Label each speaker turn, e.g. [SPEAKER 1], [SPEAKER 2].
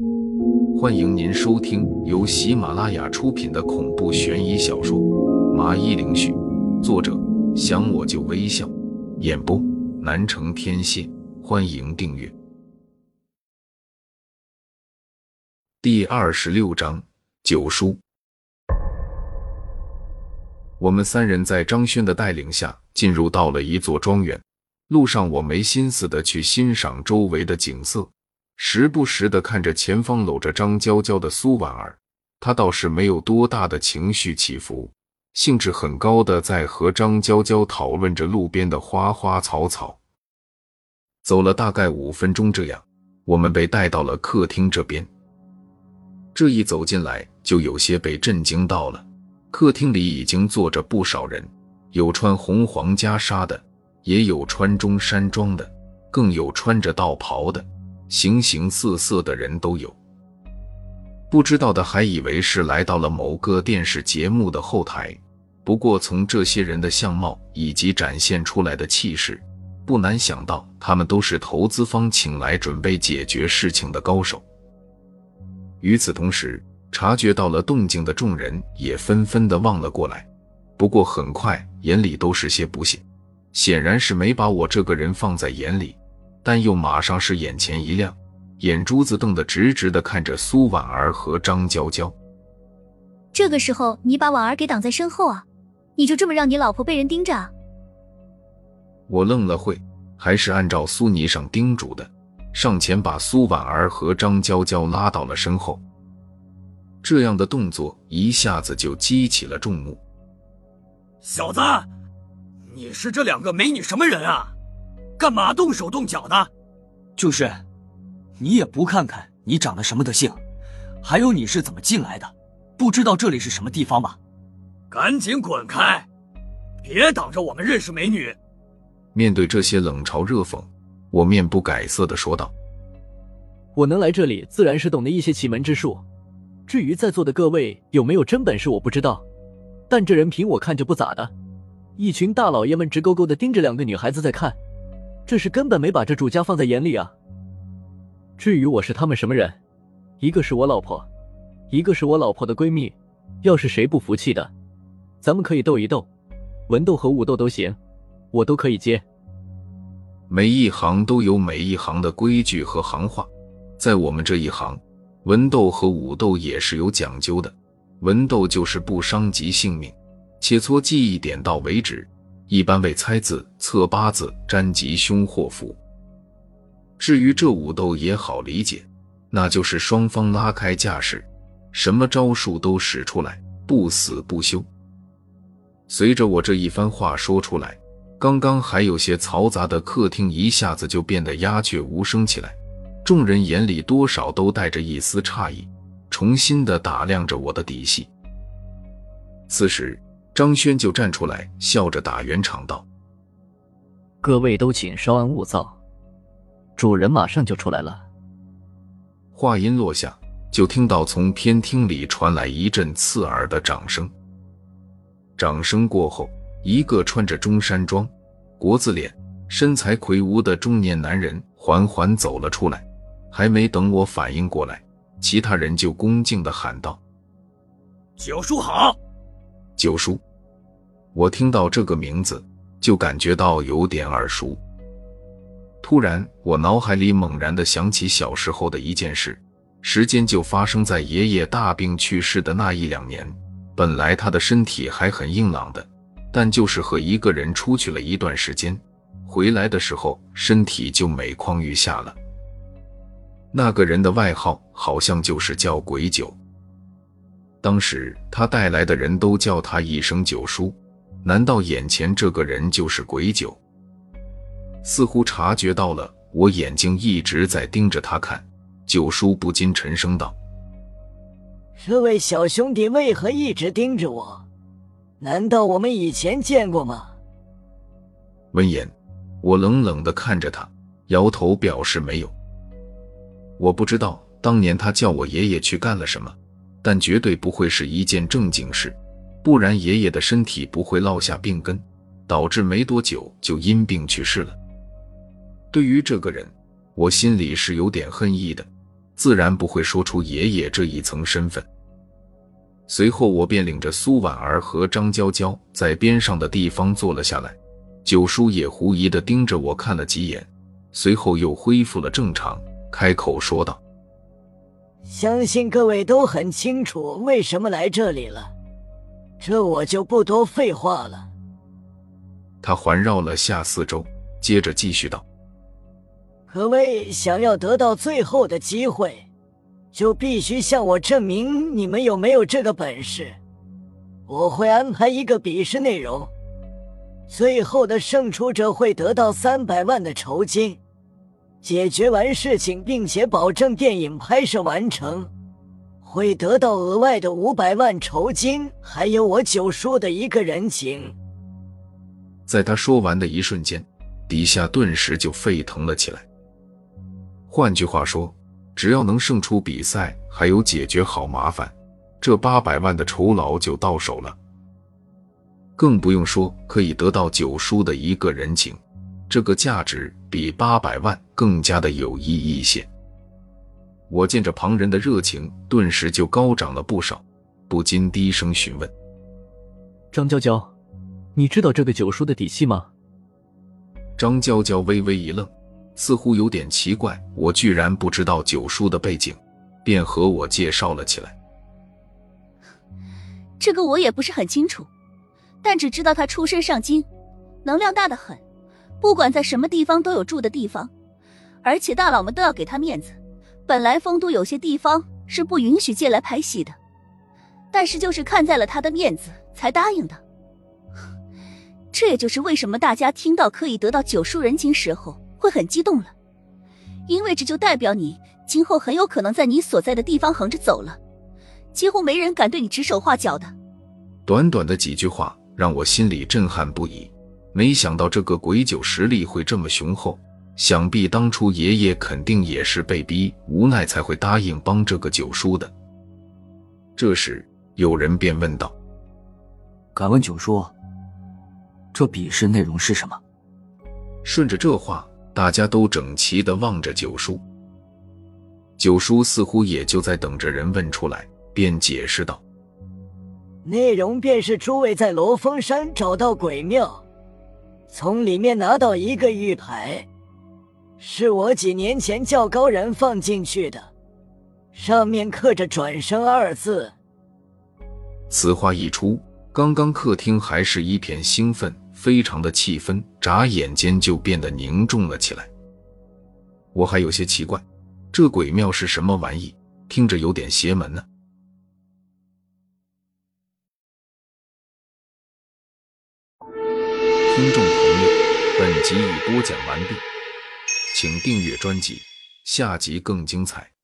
[SPEAKER 1] 欢迎您收听由喜马拉雅出品的恐怖悬疑小说《麻衣灵絮》，作者想我就微笑，演播南城天蝎。欢迎订阅。第26章九叔。我们三人在张轩的带领下进入到了一座庄园，路上我没心思的去欣赏周围的景色，时不时地看着前方搂着张娇娇的苏婉儿，她倒是没有多大的情绪起伏，兴致很高地在和张娇娇讨论着路边的花花草草。走了大概5分钟这样，我们被带到了客厅这边。这一走进来就有些被震惊到了，客厅里已经坐着不少人，有穿红黄袈裟的，也有穿中山装的，更有穿着道袍的，形形色色的人都有。不知道的还以为是来到了某个电视节目的后台，不过从这些人的相貌以及展现出来的气势，不难想到他们都是投资方请来准备解决事情的高手。与此同时，察觉到了动静的众人也纷纷地望了过来，不过很快眼里都是些不屑，显然是没把我这个人放在眼里，但又马上是眼前一亮，眼珠子瞪得直直地看着苏婉儿和张娇娇。
[SPEAKER 2] 这个时候你把婉儿给挡在身后啊，你就这么让你老婆被人盯着啊？
[SPEAKER 1] 我愣了会，还是按照苏妮上叮嘱的，上前把苏婉儿和张娇娇拉到了身后。这样的动作一下子就激起了众目。
[SPEAKER 3] 小子，你是这2个美女什么人啊？干嘛动手动脚的？
[SPEAKER 4] 就是，你也不看看你长得什么德性，还有你是怎么进来的，不知道这里是什么地方吗？
[SPEAKER 3] 赶紧滚开，别挡着我们认识美女。
[SPEAKER 1] 面对这些冷嘲热讽，我面不改色地说道：
[SPEAKER 5] 我能来这里自然是懂得一些奇门之术，至于在座的各位有没有真本事我不知道，但这人凭我看就不咋的，一群大老爷们直勾勾地盯着2个女孩子在看，这是根本没把这主家放在眼里啊。至于我是他们什么人，一个是我老婆，一个是我老婆的闺蜜，要是谁不服气的，咱们可以斗一斗，文斗和武斗都行，我都可以接。
[SPEAKER 1] 每一行都有每一行的规矩和行话，在我们这一行，文斗和武斗也是有讲究的。文斗就是不伤及性命，切磋技艺点到为止，一般为猜字、测八字、占吉凶祸福。至于这武斗也好理解，那就是双方拉开架势，什么招数都使出来，不死不休。随着我这一番话说出来，刚刚还有些嘈杂的客厅一下子就变得鸦雀无声起来，众人眼里多少都带着一丝诧异，重新地打量着我的底细。此时张轩就站出来，笑着打圆场道：
[SPEAKER 5] 各位都请稍安勿躁，主人马上就出来了。
[SPEAKER 1] 话音落下，就听到从偏厅里传来一阵刺耳的掌声。掌声过后，一个穿着中山装、国字脸、身材魁梧的中年男人缓缓走了出来，还没等我反应过来，其他人就恭敬地喊道：
[SPEAKER 3] 九叔好。
[SPEAKER 1] 九叔。我听到这个名字就感觉到有点耳熟。突然我脑海里猛然地想起小时候的一件事，时间就发生在爷爷大病去世的那1-2年。本来他的身体还很硬朗的，但就是和一个人出去了一段时间，回来的时候身体就每况愈下了。那个人的外号好像就是叫鬼九，当时他带来的人都叫他一声九叔，难道眼前这个人就是鬼九？似乎察觉到了我眼睛一直在盯着他看，九叔不禁沉声道：
[SPEAKER 6] 这位小兄弟为何一直盯着我？难道我们以前见过吗？
[SPEAKER 1] 闻言，我冷冷地看着他，摇头表示没有。我不知道当年他叫我爷爷去干了什么，但绝对不会是一件正经事，不然爷爷的身体不会落下病根，导致没多久就因病去世了。对于这个人，我心里是有点恨意的， 自然不会说出爷爷这一层身份。随后我便领着苏婉儿和张娇娇在边上的地方坐了下来，九叔也狐疑地盯着我看了几眼，随后又恢复了正常，开口说道：
[SPEAKER 6] 相信各位都很清楚为什么来这里了，这我就不多废话了。
[SPEAKER 1] 他环绕了下四周，接着继续道：
[SPEAKER 6] 各位想要得到最后的机会，就必须向我证明你们有没有这个本事。我会安排一个比试内容，最后的胜出者会得到300万的酬金，解决完事情并且保证电影拍摄完成，会得到额外的500万酬金，还有我九叔的一个人情。
[SPEAKER 1] 在他说完的一瞬间，底下顿时就沸腾了起来。换句话说，只要能胜出比赛，还有解决好麻烦，这800万的酬劳就到手了。更不用说可以得到九叔的一个人情，这个价值比800万更加的有意义一些。我见着旁人的热情顿时就高涨了不少，不禁低声询问：
[SPEAKER 5] 张娇娇，你知道这个九叔的底细吗？
[SPEAKER 1] 张娇娇微微一愣，似乎有点奇怪我居然不知道九叔的背景，便和我介绍了起来。
[SPEAKER 2] 这个我也不是很清楚，但只知道他出身上京，能量大得很，不管在什么地方都有住的地方，而且大佬们都要给他面子。本来丰都有些地方是不允许借来拍戏的，但是就是看在了他的面子才答应的。这也就是为什么大家听到可以得到九叔人情时候会很激动了，因为这就代表你今后很有可能在你所在的地方横着走了，几乎没人敢对你指手画脚的。
[SPEAKER 1] 短短的几句话让我心里震撼不已，没想到这个鬼九实力会这么雄厚，想必当初爷爷肯定也是被逼无奈才会答应帮这个九叔的。这时有人便问道：
[SPEAKER 4] 敢问九叔，这比试内容是什么？
[SPEAKER 1] 顺着这话，大家都整齐地望着九叔。九叔似乎也就在等着人问出来，便解释道：
[SPEAKER 6] 内容便是诸位在罗峰山找到鬼庙，从里面拿到一个玉牌，是我几年前叫高人放进去的，上面刻着转生2字。
[SPEAKER 1] 此话一出，刚刚客厅还是一片兴奋非常的气氛，眨眼间就变得凝重了起来。我还有些奇怪，这鬼庙是什么玩意，听着有点邪门呢。听众朋友，本集已播讲完毕，请订阅专辑，下集更精彩。